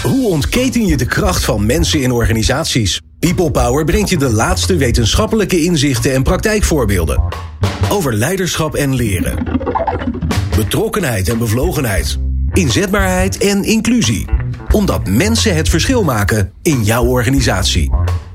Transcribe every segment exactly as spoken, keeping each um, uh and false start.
Hoe ontketen je de kracht van mensen in organisaties? People Power brengt je de laatste wetenschappelijke inzichten en praktijkvoorbeelden. Over leiderschap en leren. Betrokkenheid en bevlogenheid. Inzetbaarheid en inclusie. Omdat mensen het verschil maken in jouw organisatie.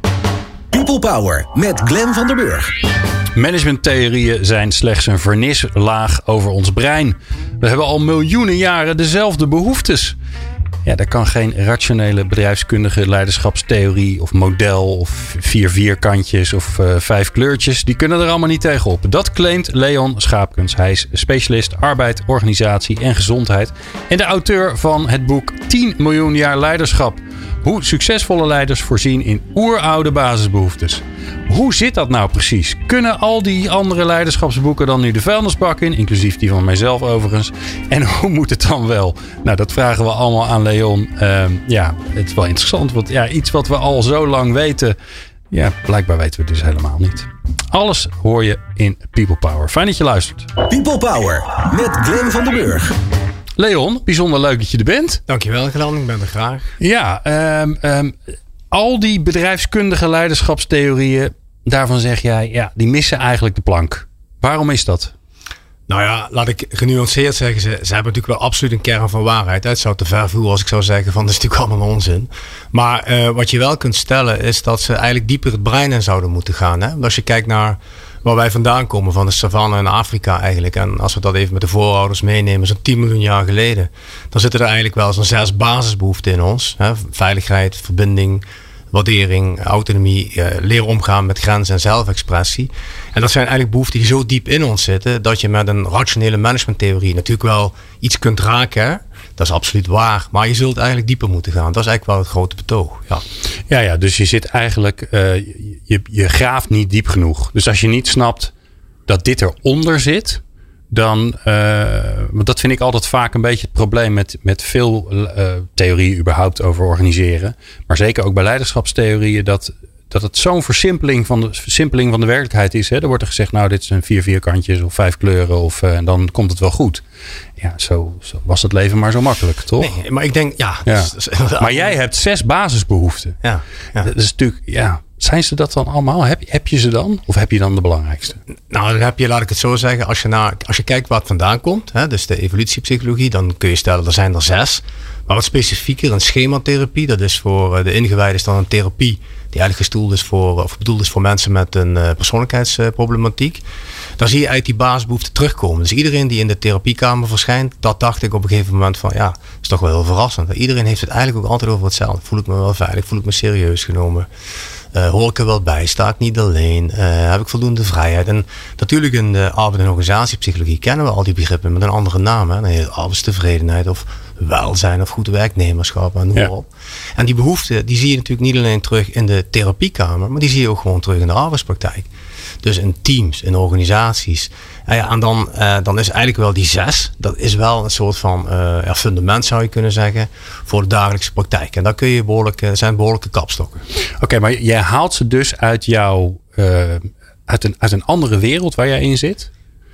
People Power met Glenn van der Burg. Managementtheorieën zijn slechts een vernislaag over ons brein. We hebben al miljoenen jaren dezelfde behoeftes. Ja, daar kan geen rationele bedrijfskundige leiderschapstheorie of model of vier vierkantjes of uh, vijf kleurtjes. Die kunnen er allemaal niet tegenop. Dat claimt Leon Schaapkens. Hij is specialist arbeid, organisatie en gezondheid. En de auteur van het boek tien miljoen jaar leiderschap. Hoe succesvolle leiders voorzien in oeroude basisbehoeftes. Hoe zit dat nou precies? Kunnen al die andere leiderschapsboeken dan nu de vuilnisbak in? Inclusief die van mijzelf overigens. En hoe moet het dan wel? Nou, dat vragen we allemaal aan Leon. Uh, ja, het is wel interessant. Want ja, iets wat we al zo lang weten. Ja, blijkbaar weten we het dus helemaal niet. Alles hoor je in People Power. Fijn dat je luistert. People Power met Glenn van der Burg. Leon, bijzonder leuk dat je er bent. Dankjewel, Glenn. Ik ben er graag. Ja, um, um, al die bedrijfskundige leiderschapstheorieën, daarvan zeg jij, ja, die missen eigenlijk de plank. Waarom is dat? Nou ja, laat ik genuanceerd zeggen. Ze, ze hebben natuurlijk wel absoluut een kern van waarheid. Het zou te ver voeren als ik zou zeggen van, dat is natuurlijk allemaal onzin. Maar uh, wat je wel kunt stellen is dat ze eigenlijk dieper het brein in zouden moeten gaan. Hè? Als je kijkt naar waar wij vandaan komen, van de savanne in Afrika eigenlijk. En als we dat even met de voorouders meenemen, zo'n tien miljoen jaar geleden. Dan zitten er eigenlijk wel zo'n zes basisbehoeften in ons. Hè? Veiligheid, verbinding, waardering, autonomie, uh, leren omgaan met grenzen en zelfexpressie. En dat zijn eigenlijk behoeften die zo diep in ons zitten, dat je met een rationele managementtheorie natuurlijk wel iets kunt raken. Hè? Dat is absoluut waar. Maar je zult eigenlijk dieper moeten gaan. Dat is eigenlijk wel het grote betoog. Ja, ja, ja dus je zit eigenlijk, uh, je, je graaft niet diep genoeg. Dus als je niet snapt dat dit eronder zit, dan, uh, want dat vind ik altijd vaak een beetje het probleem met, met veel uh, theorieën überhaupt over organiseren. Maar zeker ook bij leiderschapstheorieën, dat, dat het zo'n versimpeling van de, versimpeling van de werkelijkheid is. Hè? Er wordt er gezegd, nou, dit zijn vier vierkantjes of vijf kleuren of uh, en dan komt het wel goed. Ja, zo, zo was het leven maar zo makkelijk, toch? Nee, maar ik denk, ja. ja. Dat is, dat is maar jij hebt zes basisbehoeften. Ja, ja. Dat is natuurlijk, ja. Zijn ze dat dan allemaal? Heb, heb je ze dan? Of heb je dan de belangrijkste? Nou, dan heb je, laat ik het zo zeggen. Als je, naar, als je kijkt waar het vandaan komt. Hè, dus de evolutiepsychologie. Dan kun je stellen, er zijn er zes. Maar wat specifieker, een schematherapie. Dat is voor de ingewijden is dan een therapie. Die eigenlijk gestoeld is voor, of bedoeld is voor mensen met een uh, persoonlijkheidsproblematiek. Dan zie je eigenlijk die basisbehoeften terugkomen. Dus iedereen die in de therapiekamer verschijnt. Dat dacht ik op een gegeven moment van, ja, dat is toch wel heel verrassend. Iedereen heeft het eigenlijk ook altijd over hetzelfde. Voel ik me wel veilig? Voel ik me serieus genomen? Uh, hoor ik er wel bij? Sta ik niet alleen? Uh, heb ik voldoende vrijheid? En natuurlijk in de arbeid- en organisatiepsychologie kennen we al die begrippen met een andere naam. Hè? Arbeidstevredenheid of welzijn of goed werknemerschap en noem maar op. En die behoeften die zie je natuurlijk niet alleen terug in de therapiekamer, maar die zie je ook gewoon terug in de arbeidspraktijk. Dus in teams, in organisaties. En, ja, en dan, uh, dan is eigenlijk wel die zes. Dat is wel een soort van uh, ja, fundament zou je kunnen zeggen. Voor de dagelijkse praktijk. En daar kun je behoorlijk, uh, zijn behoorlijke kapstokken. Oké, okay, maar jij haalt ze dus uit jouw uh, uit, een, uit een andere wereld waar jij in zit.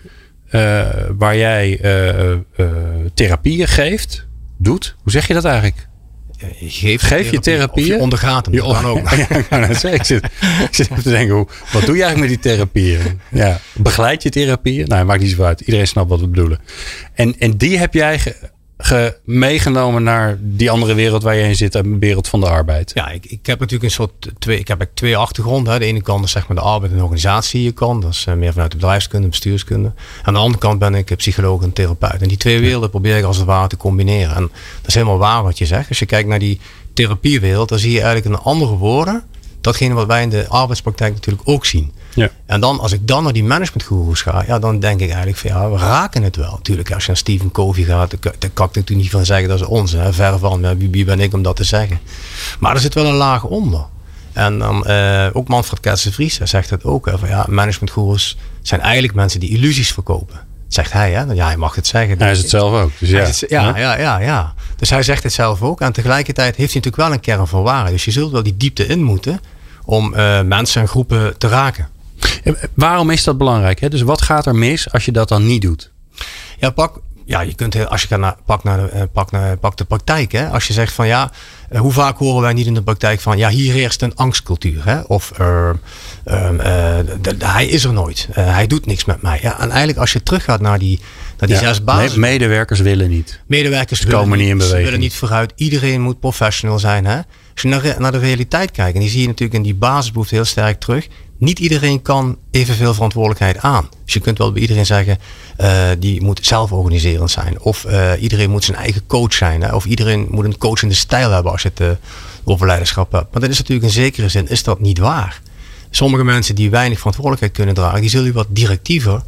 Uh, waar jij uh, uh, therapieën geeft, doet. Hoe zeg je dat eigenlijk? Je geeft Geef je therapieën? Je ondergaat hem. Je on- dan ook. Ja, ja, ik, zit, ik, zit, ik zit even te denken, hoe, wat doe je eigenlijk met die therapieën? Ja, begeleid je therapieën? Nou, maakt niet zoveel uit. Iedereen snapt wat we bedoelen. En, en die heb jij ge, ge, meegenomen naar die andere wereld waar je in zit, de wereld van de arbeid. Ja, ik, ik heb natuurlijk een soort twee, ik heb twee achtergronden. Hè. De ene kant is zeg maar de arbeid- en organisatiekant. Dat is meer vanuit de bedrijfskunde, bestuurskunde. Aan de andere kant ben ik psycholoog en therapeut. En die twee werelden probeer ik als het ware te combineren. En dat is helemaal waar wat je zegt. Als je kijkt naar die therapiewereld, dan zie je eigenlijk in andere woorden datgene wat wij in de arbeidspraktijk natuurlijk ook zien. Ja. En dan, als ik dan naar die managementgoeroes ga, ja, dan denk ik eigenlijk van ja, we raken het wel. Natuurlijk, als je naar Stephen Covey gaat, dan kan ik natuurlijk niet van zeggen dat is ons. Hè. Ver van, ja, wie ben ik om dat te zeggen. Maar er zit wel een laag onder. En dan uh, ook Manfred Ketsen-Vries zegt het ook. Hè, van ja, managementgoeroes zijn eigenlijk mensen die illusies verkopen. Zegt hij, hè? Ja, hij mag het zeggen. Hij is het zelf ook. Dus ja. Het, ja, ja, ja, ja. Dus hij zegt het zelf ook. En tegelijkertijd heeft hij natuurlijk wel een kern van waarheid. Dus je zult wel die diepte in moeten om uh, mensen en groepen te raken. Waarom is dat belangrijk? Hè? Dus wat gaat er mis als je dat dan niet doet? Ja, pak, ja je kunt, als je naar, pak, naar de, pak, naar, pak de praktijk. Hè? Als je zegt van ja, Uh, hoe vaak horen wij niet in de praktijk van, ja, hier heerst een angstcultuur. Hè? Of uh, uh, uh, de, de, hij is er nooit. Uh, hij doet niks met mij. Ja, en eigenlijk als je teruggaat naar die, naar die ja, zes basis. Medewerkers willen niet. Medewerkers Ze willen komen niet in beweging. Ze willen niet vooruit. Iedereen moet professional zijn. Hè? Als je naar, naar de realiteit kijkt, en die zie je natuurlijk in die basisbehoefte heel sterk terug. Niet iedereen kan evenveel verantwoordelijkheid aan. Dus je kunt wel bij iedereen zeggen, uh, die moet zelforganiserend zijn. Of uh, iedereen moet zijn eigen coach zijn. Hè? Of iedereen moet een coachende stijl hebben als je het uh, over leiderschap hebt. Maar dat is natuurlijk in zekere zin is dat niet waar. Sommige mensen die weinig verantwoordelijkheid kunnen dragen, die zullen je wat directiever,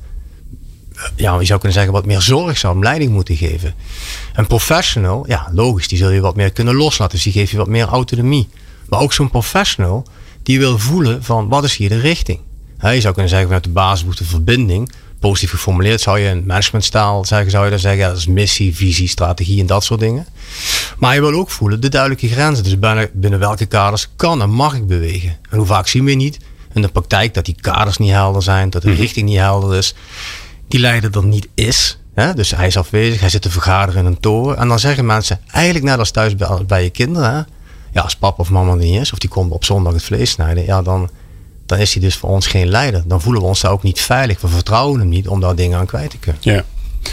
ja, je zou kunnen zeggen wat meer zorgzaam leiding moeten geven. Een professional, ja logisch, die zul je wat meer kunnen loslaten. Dus die geeft je wat meer autonomie. Maar ook zo'n professional, die wil voelen van wat is hier de richting. He, je zou kunnen zeggen vanuit de basisbehoefte verbinding, positief geformuleerd, zou je in managementstaal zeggen, zou je dan zeggen, ja, dat is missie, visie, strategie en dat soort dingen. Maar je wil ook voelen de duidelijke grenzen. Dus binnen, binnen welke kaders kan en mag ik bewegen. En hoe vaak zien we niet in de praktijk dat die kaders niet helder zijn, dat de richting niet helder is. Die leider er niet is. Hè? Dus hij is afwezig, hij zit te vergaderen in een toren. En dan zeggen mensen, eigenlijk net als thuis bij, bij je kinderen. Hè? Ja, als papa of mama er niet is, of die komt op zondag het vlees snijden. Ja, dan, dan is hij dus voor ons geen leider. Dan voelen we ons daar ook niet veilig. We vertrouwen hem niet om daar dingen aan kwijt te kunnen. Ja.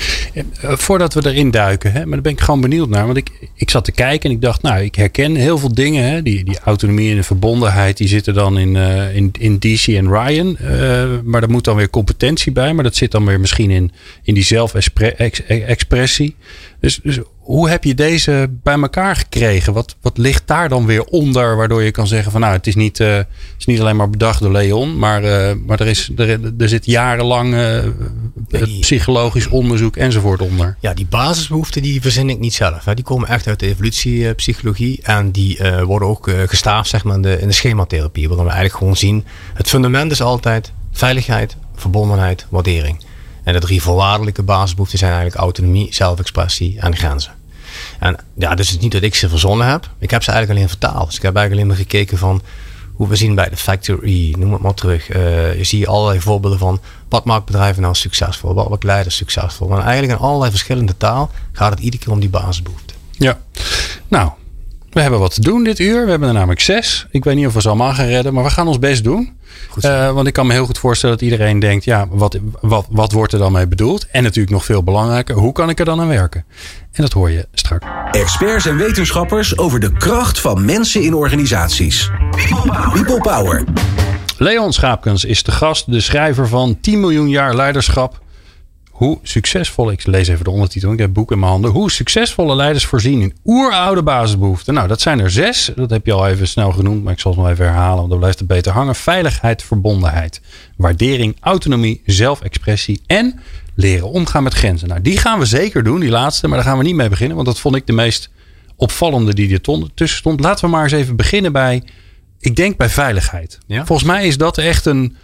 Voordat we erin duiken, hè, maar daar ben ik gewoon benieuwd naar. Want ik, ik zat te kijken en ik dacht, nou, ik herken heel veel dingen. Hè, die, die autonomie en de verbondenheid, die zitten dan in, uh, in, in D C en Ryan. Uh, maar daar moet dan weer competentie bij. Maar dat zit dan weer misschien in, in die zelfexpressie. Dus, dus hoe heb je deze bij elkaar gekregen? Wat, wat ligt daar dan weer onder? Waardoor je kan zeggen van nou, het is niet, uh, het is niet alleen maar bedacht door Leon. Maar, uh, maar er, is, er, er zit jarenlang uh, het psychologisch onderzoek enzovoort onder. Ja, die basisbehoeften die verzin ik niet zelf. Hè. Die komen echt uit de evolutiepsychologie. En die uh, worden ook uh, gestaafd zeg maar, in, de, in de schematherapie. Waarin we eigenlijk gewoon zien, het fundament is altijd veiligheid, verbondenheid, waardering. En de drie voorwaardelijke basisbehoeften zijn eigenlijk autonomie, zelfexpressie en grenzen. En ja, dus het is niet dat ik ze verzonnen heb. Ik heb ze eigenlijk alleen vertaald. Dus ik heb eigenlijk alleen maar gekeken van hoe we zien bij de Factory, noem het maar terug. Uh, je ziet allerlei voorbeelden van wat maakt bedrijven nou succesvol? Wat maakt leiders succesvol? Maar eigenlijk in allerlei verschillende taal gaat het iedere keer om die basisbehoeften. Ja, nou, we hebben wat te doen dit uur. We hebben er namelijk zes. Ik weet niet of we ze allemaal gaan redden, maar we gaan ons best doen. Uh, want ik kan me heel goed voorstellen dat iedereen denkt, ja, wat, wat, wat wordt er dan mee bedoeld? En natuurlijk nog veel belangrijker, hoe kan ik er dan aan werken? En dat hoor je straks. Experts en wetenschappers over de kracht van mensen in organisaties. People Power. People Power. Leon Schaapkens is de gast, de schrijver van tien miljoen jaar leiderschap. Hoe succesvol, ik lees even de ondertitel, ik heb het boek in mijn handen. Hoe succesvolle leiders voorzien in oeroude basisbehoeften. Nou, dat zijn er zes. Dat heb je al even snel genoemd, maar ik zal het nog even herhalen, want dan blijft het beter hangen. Veiligheid, verbondenheid, waardering, autonomie, zelfexpressie en leren omgaan met grenzen. Nou, die gaan we zeker doen, die laatste, maar daar gaan we niet mee beginnen, want dat vond ik de meest opvallende die er tussen stond. Laten we maar eens even beginnen bij, ik denk bij veiligheid. Ja? Volgens mij is dat echt een,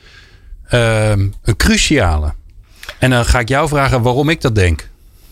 uh, een cruciale. En dan ga ik jou vragen waarom ik dat denk.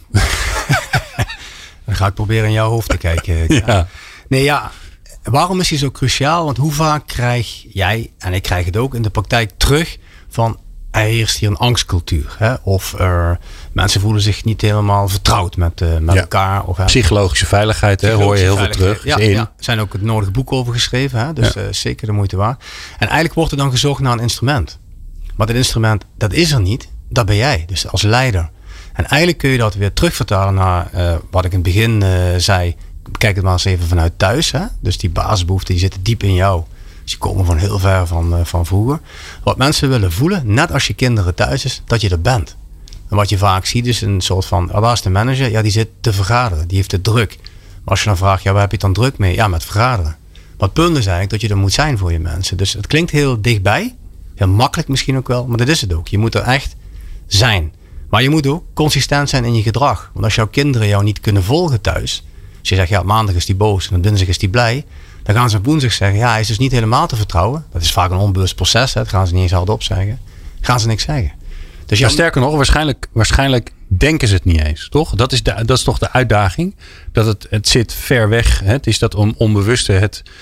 Dan ga ik proberen in jouw hoofd te kijken. Ja. Nee, ja. Waarom is hij zo cruciaal? Want hoe vaak krijg jij, en ik krijg het ook in de praktijk terug, van er heerst hier een angstcultuur. Hè? Of uh, mensen voelen zich niet helemaal vertrouwd met, uh, met ja. elkaar. Of, Psychologische veiligheid, hè, hoor je heel veel terug. Ja, ja, er zijn ook het nodige boeken over geschreven. Hè? Dus ja. uh, zeker de moeite waard. En eigenlijk wordt er dan gezocht naar een instrument. Maar dat instrument, dat is er niet. Dat ben jij, dus als leider. En eigenlijk kun je dat weer terugvertalen naar uh, wat ik in het begin uh, zei. Kijk het maar eens even vanuit thuis. Hè? Dus die basisbehoeften die zitten diep in jou. Dus die komen van heel ver van, uh, van vroeger. Wat mensen willen voelen, net als je kinderen thuis is, dat je er bent. En wat je vaak ziet is een soort van, waar is de manager? Ja, die zit te vergaderen, die heeft het druk. Maar als je dan vraagt, ja, waar heb je het dan druk mee? Ja, met vergaderen. Maar het punt is eigenlijk dat je er moet zijn voor je mensen. Dus het klinkt heel dichtbij. Heel makkelijk misschien ook wel, maar dat is het ook. Je moet er echt zijn. Maar je moet ook consistent zijn in je gedrag. Want als jouw kinderen jou niet kunnen volgen thuis. Als je zegt, ja, maandag is die boos en dinsdag is die blij. Dan gaan ze op woensdag zeggen, ja, hij is dus niet helemaal te vertrouwen. Dat is vaak een onbewust proces. Hè. Dat gaan ze niet eens hardop zeggen. Gaan ze niks zeggen. Dus ja, sterker nog, waarschijnlijk, waarschijnlijk denken ze het niet eens, toch? Dat is, de, dat is toch de uitdaging. Dat het, het zit ver weg. Hè? Het is dat on, onbewuste, het...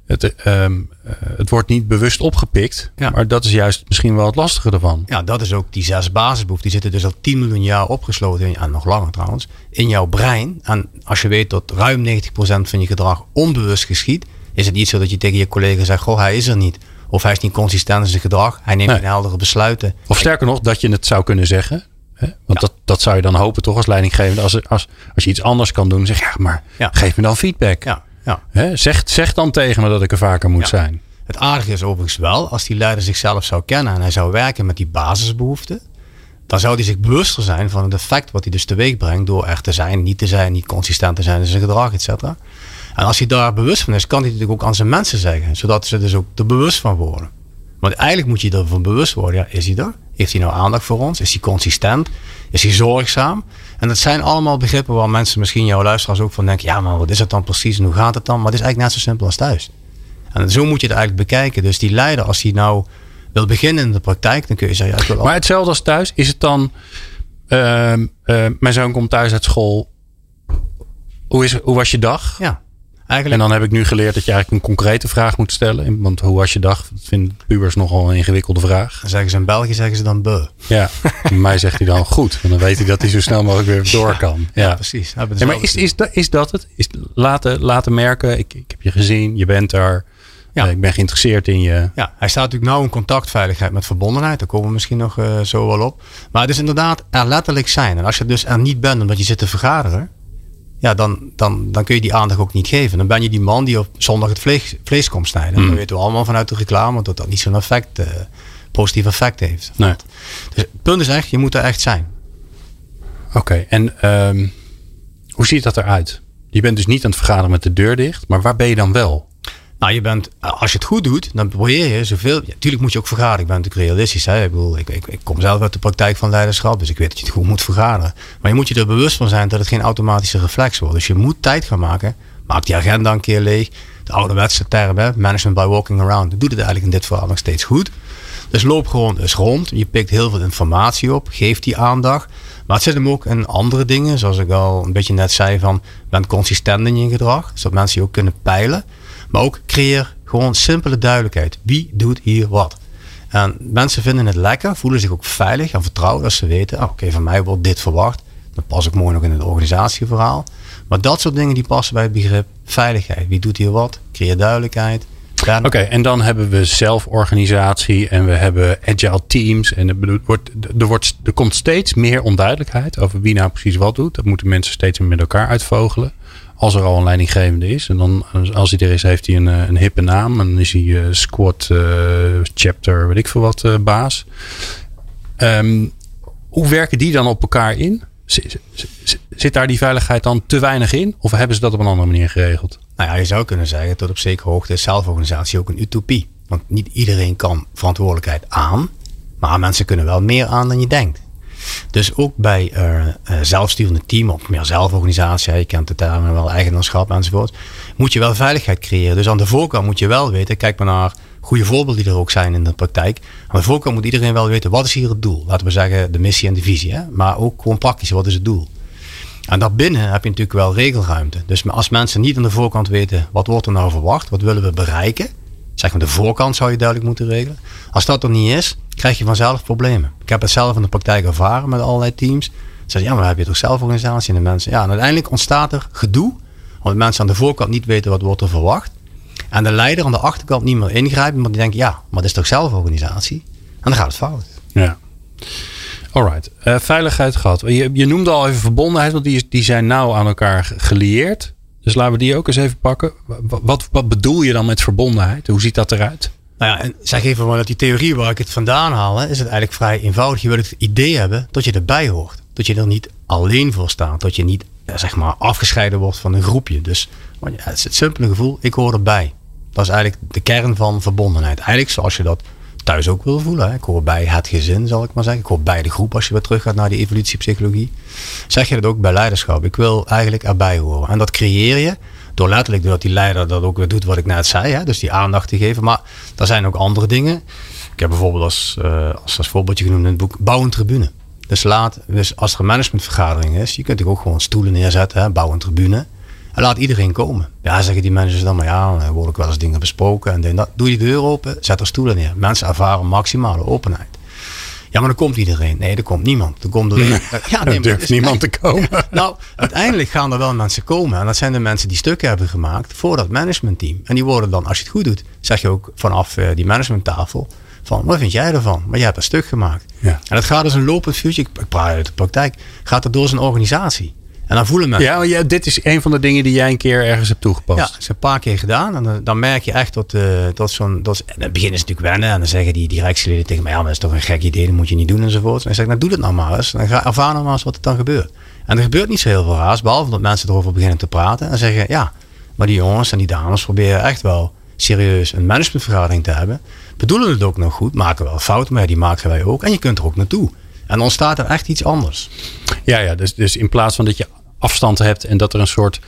Het, um, uh, het wordt niet bewust opgepikt. Ja. Maar dat is juist misschien wel het lastige ervan. Ja, dat is ook die zes basisbehoeften. Die zitten dus al tien miljoen jaar opgesloten. In, en nog langer trouwens. In jouw brein. En als je weet dat ruim negentig procent van je gedrag onbewust geschiet. Is het niet zo dat je tegen je collega zegt. Goh, hij is er niet. Of hij is niet consistent in zijn gedrag. Hij neemt nee. geen heldere besluiten. Of sterker nog, dat je het zou kunnen zeggen. Hè? Want ja. dat, dat zou je dan hopen toch als leidinggevende. Als, als, als je iets anders kan doen. Zeg ja, maar ja. geef me dan feedback. Ja. Ja. Hè? Zeg, zeg dan tegen me dat ik er vaker moet ja. zijn. Het aardige is overigens wel. Als die leider zichzelf zou kennen. En hij zou werken met die basisbehoeften. Dan zou hij zich bewuster zijn van het effect wat hij dus teweeg brengt. Door er te zijn, niet te zijn, niet consistent te zijn in zijn gedrag, et cetera. En als hij daar bewust van is, kan hij het natuurlijk ook aan zijn mensen zeggen. Zodat ze dus ook er bewust van worden. Want eigenlijk moet je ervan bewust worden. Ja, is hij er? Heeft hij nou aandacht voor ons? Is hij consistent? Is hij zorgzaam? En dat zijn allemaal begrippen waar mensen misschien jouw luisteraars ook van denken. Ja, maar wat is het dan precies en hoe gaat het dan? Maar het is eigenlijk net zo simpel als thuis. En zo moet je het eigenlijk bekijken. Dus die leider, als hij nou wil beginnen in de praktijk, dan kun je zeggen. Ja, ik wil maar hetzelfde als thuis, is het dan. Uh, uh, mijn zoon komt thuis uit school. Hoe, is, hoe was je dag? Ja. Eigenlijk... En dan heb ik nu geleerd dat je eigenlijk een concrete vraag moet stellen. Want hoe was je dag? Dat vinden pubers nogal een ingewikkelde vraag. Dan zeggen ze in België zeggen ze dan be. Ja, bij mij zegt hij dan goed. En dan weet hij dat hij zo snel mogelijk weer door kan. Ja, ja precies. Ja, ja, maar is, is, dat, is dat het? Is laten, laten merken, ik, ik heb je gezien, je bent daar. Ja. Uh, ik ben geïnteresseerd in je. Ja, hij staat natuurlijk nauw in contactveiligheid met verbondenheid. Daar komen we misschien nog uh, zo wel op. Maar het is inderdaad er letterlijk zijn. En als je dus er niet bent omdat je zit te vergaderen. Ja, dan, dan, dan kun je die aandacht ook niet geven. Dan ben je die man die op zondag het vlees, vlees komt snijden. Mm. Dat weten we allemaal vanuit de reclame. Dat dat niet zo'n effect, uh, positief effect heeft. Nee. Dus het punt is echt, je moet er echt zijn. Oké, okay, en um, hoe ziet dat eruit? Je bent dus niet aan het vergaderen met de deur dicht. Maar waar ben je dan wel? Nou, je bent, als je het goed doet, dan probeer je zoveel. Ja, tuurlijk moet je ook vergaderen. Ik ben natuurlijk realistisch. Hè? Ik, bedoel, ik, ik, ik kom zelf uit de praktijk van leiderschap. Dus ik weet dat je het goed moet vergaderen. Maar je moet je er bewust van zijn dat het geen automatische reflex wordt. Dus je moet tijd gaan maken. Maak die agenda een keer leeg. De ouderwetse term, hè? Management by walking around. Dat doet het eigenlijk in dit verhaal nog steeds goed. Dus loop gewoon eens rond. Je pikt heel veel informatie op. Geef die aandacht. Maar het zit hem ook in andere dingen. Zoals ik al een beetje net zei van. Ben consistent in je gedrag. Zodat mensen je ook kunnen peilen. Maar ook creëer gewoon simpele duidelijkheid. Wie doet hier wat? En mensen vinden het lekker, voelen zich ook veilig en vertrouwd als ze weten. Oh, Oké, okay, van mij wordt dit verwacht. Dat past ook mooi nog in het organisatieverhaal. Maar dat soort dingen die passen bij het begrip veiligheid. Wie doet hier wat? Creëer duidelijkheid. Oké, okay, en dan hebben we zelforganisatie en we hebben agile teams. En er, wordt, er, wordt, er komt steeds meer onduidelijkheid over wie nou precies wat doet. Dat moeten mensen steeds meer met elkaar uitvogelen. Als er al een leidinggevende is. En dan, als hij er is, heeft hij een, een hippe naam. En dan is hij uh, squad, uh, chapter, weet ik veel wat, uh, baas. Um, hoe werken die dan op elkaar in? Zit, zit daar die veiligheid dan te weinig in? Of hebben ze dat op een andere manier geregeld? Nou ja, je zou kunnen zeggen, tot op zekere hoogte is zelforganisatie ook een utopie. Want niet iedereen kan verantwoordelijkheid aan. Maar mensen kunnen wel meer aan dan je denkt. Dus ook bij uh, uh, zelfsturende team of meer zelforganisatie, je kent de termen wel, eigenaarschap enzovoort, moet je wel veiligheid creëren. Dus aan de voorkant moet je wel weten, kijk maar naar goede voorbeelden die er ook zijn in de praktijk. Aan de voorkant moet iedereen wel weten, wat is hier het doel? Laten we zeggen de missie en de visie, hè? Maar ook gewoon praktisch, wat is het doel? En daarbinnen heb je natuurlijk wel regelruimte. Dus als mensen niet aan de voorkant weten, wat wordt er nou verwacht? Wat willen we bereiken? Zeg maar de voorkant zou je duidelijk moeten regelen. Als dat er niet is, krijg je vanzelf problemen. Ik heb het zelf in de praktijk ervaren met allerlei teams. Zeg ja, maar dan heb je toch zelforganisatie en de mensen. Ja, en uiteindelijk ontstaat er gedoe. Omdat mensen aan de voorkant niet weten wat wordt er verwacht. En de leider aan de achterkant niet meer ingrijpen. Maar die denken, ja, maar dat is toch zelforganisatie? En dan gaat het fout. Ja. Alright. Uh, veiligheid gehad. Je, je noemde al even verbondenheid. Want die, die zijn nauw aan elkaar gelieerd. Dus laten we die ook eens even pakken. Wat, wat bedoel je dan met verbondenheid? Hoe ziet dat eruit? Nou ja, en zeg even maar dat die theorie waar ik het vandaan haal, hè, is het eigenlijk vrij eenvoudig. Je wil het idee hebben dat je erbij hoort. Dat je er niet alleen voor staat. Dat je niet zeg maar afgescheiden wordt van een groepje. Dus ja, het is het simpele gevoel, ik hoor erbij. Dat is eigenlijk de kern van verbondenheid. Eigenlijk zoals je dat thuis ook wil voelen. Hè. Ik hoor bij het gezin, zal ik maar zeggen. Ik hoor bij de groep als je weer terug gaat naar die evolutiepsychologie. Zeg je dat ook bij leiderschap. Ik wil eigenlijk erbij horen. En dat creëer je door letterlijk doordat die leider dat ook weer doet wat ik net zei. Hè. Dus die aandacht te geven. Maar er zijn ook andere dingen. Ik heb bijvoorbeeld als, uh, als, als voorbeeldje genoemd in het boek bouw een tribune. Dus, laat, dus als er een managementvergadering is. Je kunt ook gewoon stoelen neerzetten. Hè, bouw een tribune. En laat iedereen komen. Ja, zeggen die managers dan, maar ja, dan worden ook wel eens dingen besproken. En dan doe je de deur open, zet er stoelen neer. Mensen ervaren maximale openheid. Ja, maar dan komt iedereen. Nee, er komt niemand. Er komt er... Nee, ja, nee, er durft niemand te komen. Nou, uiteindelijk gaan er wel mensen komen. En dat zijn de mensen die stukken hebben gemaakt voor dat managementteam. En die worden dan, als je het goed doet, zeg je ook vanaf uh, die managementtafel van, wat vind jij ervan? Maar jij hebt een stuk gemaakt. Ja. En dat gaat dus een lopend vuurtje. Ik praat uit de praktijk. Gaat er door zijn organisatie. En dan voelen mensen... Ja, ja, dit is een van de dingen die jij een keer ergens hebt toegepast. Ja, dat is een paar keer gedaan. En dan, dan merk je echt dat, uh, dat zo'n... Dat, in het begin is het natuurlijk wennen. En dan zeggen die directieleden tegen mij, ja, maar dat is toch een gek idee. Dat moet je niet doen enzovoort. En dan zeg ik, nou doe het nou maar eens. Dan ga ervaar nou maar eens wat er dan gebeurt. En er gebeurt niet zo heel veel raars. Behalve dat mensen erover beginnen te praten. En zeggen, ja, maar die jongens en die dames proberen echt wel serieus een managementvergadering te hebben. Bedoelen het ook nog goed. Maken wel fouten, maar die maken wij ook. En je kunt er ook naartoe. En dan ontstaat er echt iets anders. Ja, ja dus, dus in plaats van dat je afstand hebt en dat er een soort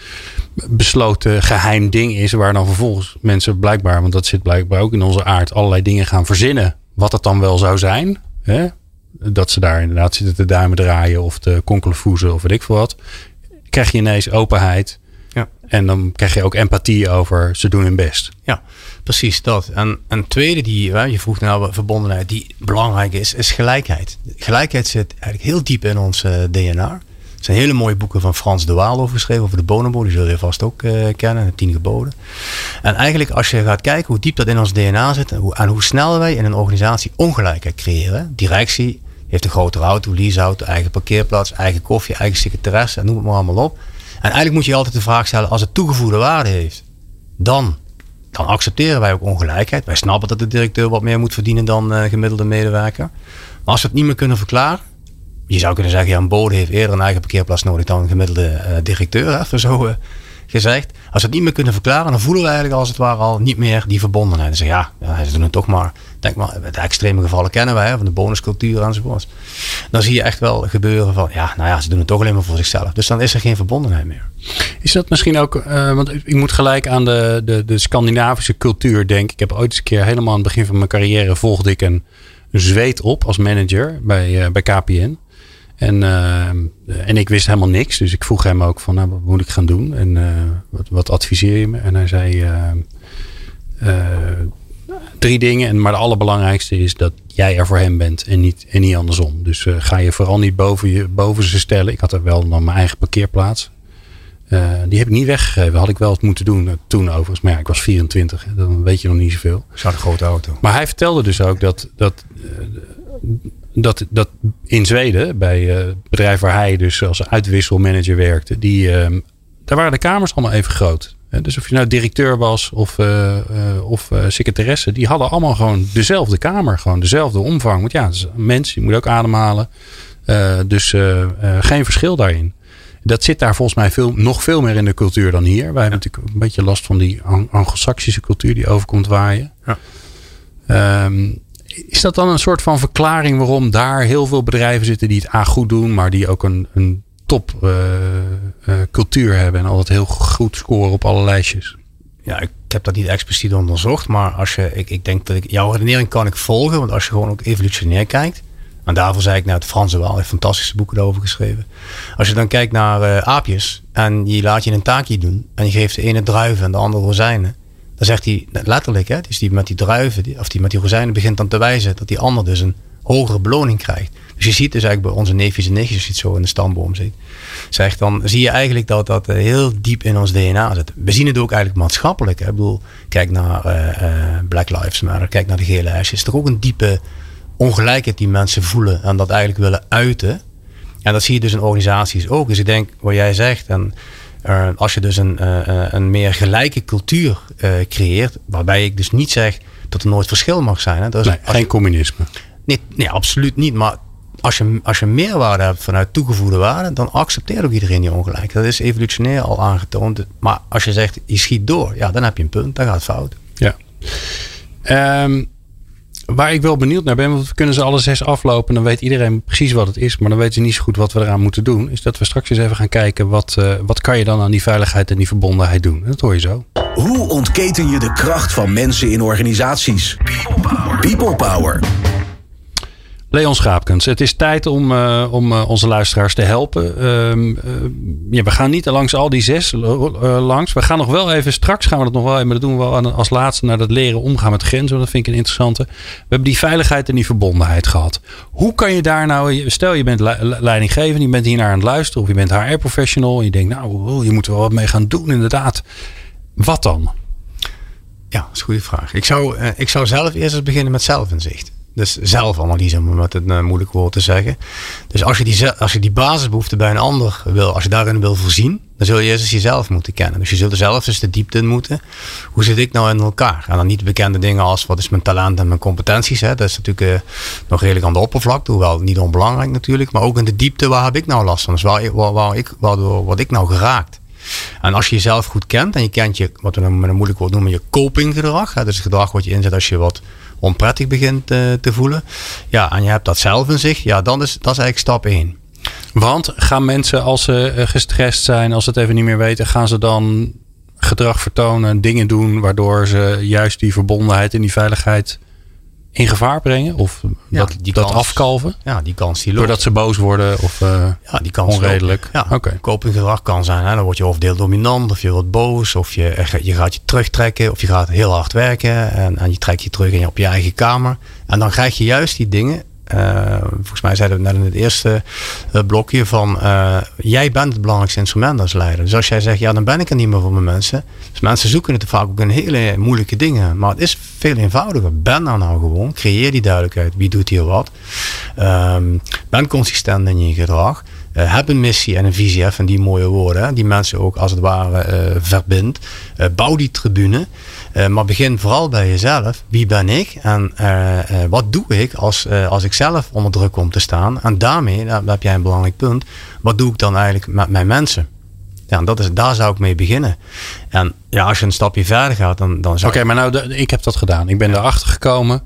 besloten geheim ding is waar dan vervolgens mensen blijkbaar, want dat zit blijkbaar ook in onze aard, allerlei dingen gaan verzinnen wat het dan wel zou zijn. Hè? Dat ze daar inderdaad zitten te duimen draaien of te konkelvoezen of weet ik veel wat. Krijg je ineens openheid. Ja. En dan krijg je ook empathie over ze doen hun best. Ja, precies dat. En een tweede die, je vroeg naar verbondenheid, die belangrijk is, is gelijkheid. Gelijkheid zit eigenlijk heel diep in ons uh, D N A. Er zijn hele mooie boeken van Frans de Waal over geschreven, over de bonobo. Die zul je vast ook uh, kennen, de tien geboden. En eigenlijk als je gaat kijken hoe diep dat in ons D N A zit en hoe, en hoe snel wij in een organisatie ongelijkheid creëren. Directie heeft een grotere auto, leaseauto, eigen parkeerplaats, eigen koffie, eigen secretaresse en noem het maar allemaal op. En eigenlijk moet je altijd de vraag stellen, als het toegevoegde waarde heeft, dan, dan accepteren wij ook ongelijkheid. Wij snappen dat de directeur wat meer moet verdienen dan uh, gemiddelde medewerker. Maar als we het niet meer kunnen verklaren, je zou kunnen zeggen, ja, een bode heeft eerder een eigen parkeerplaats nodig dan een gemiddelde uh, directeur, even zo uh, gezegd. Als we het niet meer kunnen verklaren, dan voelen we eigenlijk als het ware al niet meer die verbondenheid. En zeggen, ja, ja, ze doen het toch maar. Denk maar, de extreme gevallen kennen wij, hè, van de bonuscultuur enzovoort. Dan zie je echt wel gebeuren van, ja, nou ja, ze doen het toch alleen maar voor zichzelf. Dus dan is er geen verbondenheid meer. Is dat misschien ook, uh, want ik moet gelijk aan de, de, de Scandinavische cultuur denken. Ik heb ooit eens een keer, helemaal aan het begin van mijn carrière, volgde ik een, een zweet op als manager bij, uh, bij K P N. En, uh, en ik wist helemaal niks. Dus ik vroeg hem ook van, nou, wat moet ik gaan doen? En uh, wat, wat adviseer je me? En hij zei uh, uh, drie dingen. En, maar de allerbelangrijkste is dat jij er voor hem bent en niet, en niet andersom. Dus uh, ga je vooral niet boven, je, boven ze stellen. Ik had er wel dan mijn eigen parkeerplaats. Uh, die heb ik niet weggegeven. Had ik wel het moeten doen uh, toen overigens. Maar ja, ik was vierentwintig. Hè, dan weet je nog niet zoveel. Ik had een grote auto. Maar hij vertelde dus ook dat... dat uh, Dat, dat in Zweden, bij uh, het bedrijf waar hij dus als uitwisselmanager werkte, die, uh, daar waren de kamers allemaal even groot. Dus of je nou directeur was of, uh, uh, of uh, secretaresse, die hadden allemaal gewoon dezelfde kamer, gewoon dezelfde omvang. Want ja, het is een mens, je moet ook ademhalen. Uh, dus uh, uh, geen verschil daarin. Dat zit daar volgens mij veel, nog veel meer in de cultuur dan hier. Wij hebben natuurlijk een beetje last van die Anglo-Saxische cultuur die overkomt waaien. Ja. Um, Is dat dan een soort van verklaring waarom daar heel veel bedrijven zitten die het A goed doen, maar die ook een, een top uh, uh, cultuur hebben en altijd heel goed scoren op alle lijstjes? Ja, ik heb dat niet expliciet onderzocht, maar als je, ik, ik denk dat ik, jouw redenering kan ik volgen, want als je gewoon ook evolutionair kijkt, en daarvoor zei ik nou, het Frans de Waal heeft fantastische boeken daarover geschreven. Als je dan kijkt naar uh, aapjes en je laat je een taakje doen en je geeft de ene druiven en de andere rozijnen, dan zegt hij letterlijk, hè, dus die met die druiven, die, of die met die rozijnen begint dan te wijzen dat die ander dus een hogere beloning krijgt. Dus je ziet dus eigenlijk bij onze neefjes en nichtjes, als je het zo in de stamboom ziet, zegt, dan zie je eigenlijk dat dat heel diep in ons D N A zit. We zien het ook eigenlijk maatschappelijk. Hè. Ik bedoel, kijk naar uh, uh, Black Lives Matter, kijk naar de gele hesjes. Het is toch ook een diepe ongelijkheid die mensen voelen en dat eigenlijk willen uiten. En dat zie je dus in organisaties ook. Dus ik denk, wat jij zegt, en Uh, als je dus een, uh, een meer gelijke cultuur uh, creëert, waarbij ik dus niet zeg dat er nooit verschil mag zijn. Hè. Dus nee, geen je, communisme. Nee, nee, absoluut niet. Maar als je, als je meerwaarde hebt vanuit toegevoegde waarde, dan accepteert ook iedereen die ongelijk. Dat is evolutionair al aangetoond. Maar als je zegt, je schiet door, ja, dan heb je een punt. Dan gaat het fout. Ja. Um, Waar ik wel benieuwd naar ben, want we kunnen ze alle zes aflopen. Dan weet iedereen precies wat het is. Maar dan weten ze niet zo goed wat we eraan moeten doen. Is dat we straks eens even gaan kijken. Wat, uh, wat kan je dan aan die veiligheid en die verbondenheid doen? En dat hoor je zo. Hoe ontketen je de kracht van mensen in organisaties? People Power. People Power. Leon Schaapkens, het is tijd om, uh, om uh, onze luisteraars te helpen. Uh, uh, ja, we gaan niet langs al die zes uh, langs. We gaan nog wel even, straks gaan we dat nog wel even, maar dat doen we wel als laatste, naar dat leren omgaan met grenzen. Dat vind ik een interessante. We hebben die veiligheid en die verbondenheid gehad. Hoe kan je daar nou, stel je bent leidinggevend, je bent hier naar aan het luisteren of je bent H R-professional en je denkt, nou, je moet er wel wat mee gaan doen inderdaad. Wat dan? Ja, dat is een goede vraag. Ik zou, uh, ik zou zelf eerst eens beginnen met zelfinzicht. Dus zelfanalyse, om met een uh, moeilijk woord te zeggen. Dus als je, die, als je die basisbehoeften bij een ander wil, als je daarin wil voorzien, dan zul je eerst eens jezelf moeten kennen. Dus je zult er zelf eens de diepte in moeten. Hoe zit ik nou in elkaar? En dan niet bekende dingen als wat is mijn talent en mijn competenties. Hè? Dat is natuurlijk uh, nog redelijk aan de oppervlakte, hoewel niet onbelangrijk natuurlijk. Maar ook in de diepte, waar heb ik nou last van? Dus waar, waar, waar ik, waardoor word ik nou geraakt? En als je jezelf goed kent en je kent je, wat we met een moeilijk woord noemen, je copinggedrag. Hè? Dus het gedrag wat je inzet als je wat onprettig begint uh, te voelen. Ja, en je hebt dat zelf in zich. Ja, dan is, dat is eigenlijk stap één. Want gaan mensen, als ze gestrest zijn, als ze het even niet meer weten, gaan ze dan gedrag vertonen, dingen doen waardoor ze juist die verbondenheid en die veiligheid in gevaar brengen? Of ja, dat, die dat kans, afkalven? Ja, die kans die loopt. Doordat ze boos worden of uh, ja, die kans onredelijk? Ja, okay. Copinggedrag kan zijn. Hè? Dan word je of deel dominant, of je wordt boos, of je, je gaat je terugtrekken, of je gaat heel hard werken en, en je trekt je terug in je, op je eigen kamer. En dan krijg je juist die dingen. Uh, volgens mij zeiden we net in het eerste uh, blokje van uh, jij bent het belangrijkste instrument als leider. Dus als jij zegt, ja, dan ben ik er niet meer voor mijn mensen. Dus mensen zoeken het vaak ook in hele moeilijke dingen. Maar het is veel eenvoudiger. Ben daar nou gewoon. Creëer die duidelijkheid. Wie doet hier wat? Um, ben consistent in je gedrag. Uh, heb een missie en een visie. Even die mooie woorden. Hè, die mensen ook als het ware uh, verbindt. Uh, bouw die tribune. Uh, maar begin vooral bij jezelf. Wie ben ik? En uh, uh, wat doe ik als, uh, als ik zelf onder druk kom te staan? En daarmee, daar heb jij een belangrijk punt. Wat doe ik dan eigenlijk met mijn mensen? Ja, dat is, daar zou ik mee beginnen. En ja, als je een stapje verder gaat, dan, dan zou Oké, okay, maar nou, ik heb dat gedaan. Ik ben ja. erachter gekomen.